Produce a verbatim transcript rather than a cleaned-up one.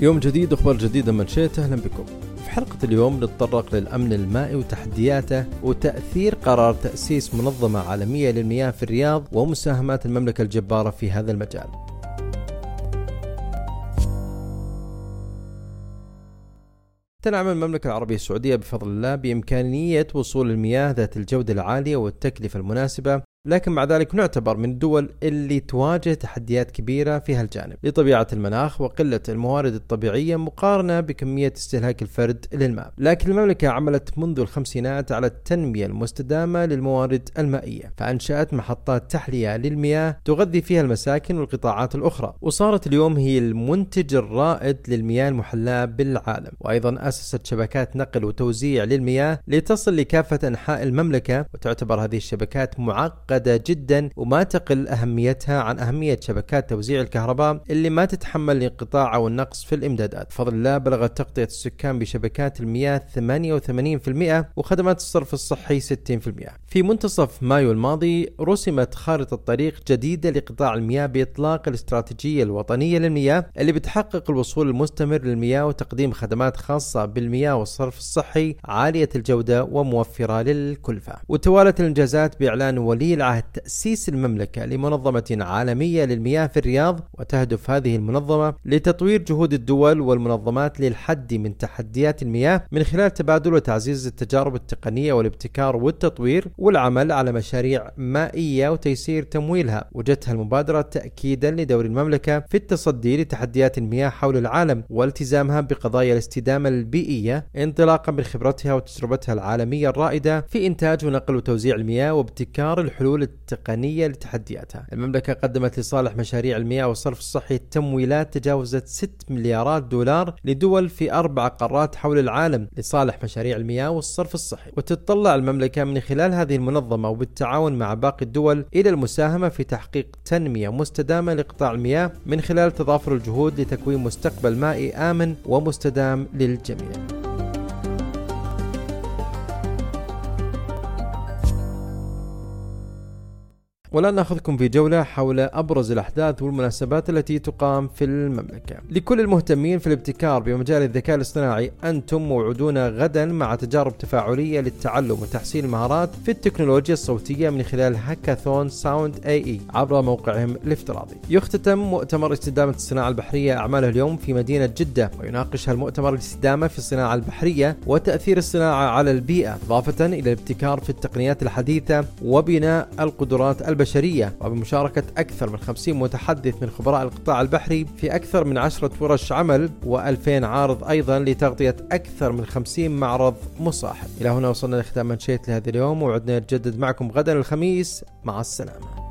يوم جديد أخبار جديدة من شئت. أهلا بكم. في حلقة اليوم نتطرق للأمن المائي وتحدياته وتأثير قرار تأسيس منظمة عالمية للمياه في الرياض ومساهمات المملكة الجبارة في هذا المجال. تنعم المملكة العربية السعودية بفضل الله بإمكانية وصول المياه ذات الجودة العالية والتكلفة المناسبة، لكن مع ذلك نعتبر من الدول اللي تواجه تحديات كبيرة في هالجانب لطبيعة المناخ وقلة الموارد الطبيعية مقارنة بكمية استهلاك الفرد للماء. لكن المملكة عملت منذ الخمسينات على التنمية المستدامة للموارد المائية، فأنشأت محطات تحلية للمياه تغذي فيها المساكن والقطاعات الأخرى، وصارت اليوم هي المنتج الرائد للمياه المحلاة بالعالم. وأيضا أسست شبكات نقل وتوزيع للمياه لتصل لكافة أنحاء المملكة، وتعتبر هذه الشبكات معقدة جدا وما تقل أهميتها عن أهمية شبكات توزيع الكهرباء اللي ما تتحمل الانقطاع أو النقص في الإمدادات. بفضل الله بلغت تغطية السكان بشبكات المياه ثمانية وثمانين بالمئة وخدمات الصرف الصحي ستين بالمئة. في منتصف مايو الماضي رسمت خارطة طريق جديدة لقطاع المياه بإطلاق الاستراتيجية الوطنية للمياه اللي بتحقق الوصول المستمر للمياه وتقديم خدمات خاصة بالمياه والصرف الصحي عالية الجودة وموفرة للكلفة. وتوالت الإنجازات بإعلان ولي عهد تأسيس المملكة لمنظمة عالمية للمياه في الرياض، وتهدف هذه المنظمة لتطوير جهود الدول والمنظمات للحد من تحديات المياه من خلال تبادل وتعزيز التجارب التقنية والابتكار والتطوير والعمل على مشاريع مائية وتيسير تمويلها. وجدتها المبادرة تأكيدا لدور المملكة في التصدي لتحديات المياه حول العالم والتزامها بقضايا الاستدامة البيئية انطلاقا من خبرتها وتجربتها العالمية الرائدة في إنتاج ونقل وتوزيع المياه وابتكار الحلول التقنية لتحدياتها. المملكة قدمت لصالح مشاريع المياه والصرف الصحي تمويلات تجاوزت ستة مليارات دولار لدول في أربع قارات حول العالم لصالح مشاريع المياه والصرف الصحي. وتتطلع المملكة من خلال هذه المنظمة وبالتعاون مع باقي الدول إلى المساهمة في تحقيق تنمية مستدامة لقطاع المياه من خلال تضافر الجهود لتكوين مستقبل مائي آمن ومستدام للجميع. والآن نأخذكم في جولة حول أبرز الأحداث والمناسبات التي تقام في المملكة. لكل المهتمين في الابتكار بمجال الذكاء الاصطناعي، أنتم موعدون غدا مع تجارب تفاعلية للتعلم وتحسين المهارات في التكنولوجيا الصوتية من خلال هاكاثون ساوند اي اي عبر موقعهم الافتراضي. يختتم مؤتمر استدامة الصناعة البحرية أعماله اليوم في مدينة جدة، ويناقش هالمؤتمر الاستدامة في الصناعة البحرية وتأثير الصناعة على البيئة، إضافة إلى الابتكار في التقنيات الحديثة وبناء القدرات البشرية البشرية، وبمشاركة أكثر من خمسين متحدث من خبراء القطاع البحري في أكثر من عشرة ورش عمل وألفين عارض أيضا لتغطية أكثر من خمسين معرض مصاحب. إلى هنا وصلنا لختام منشيت لهذا اليوم، وعدنا نتجدد معكم غدا الخميس. مع السلامة.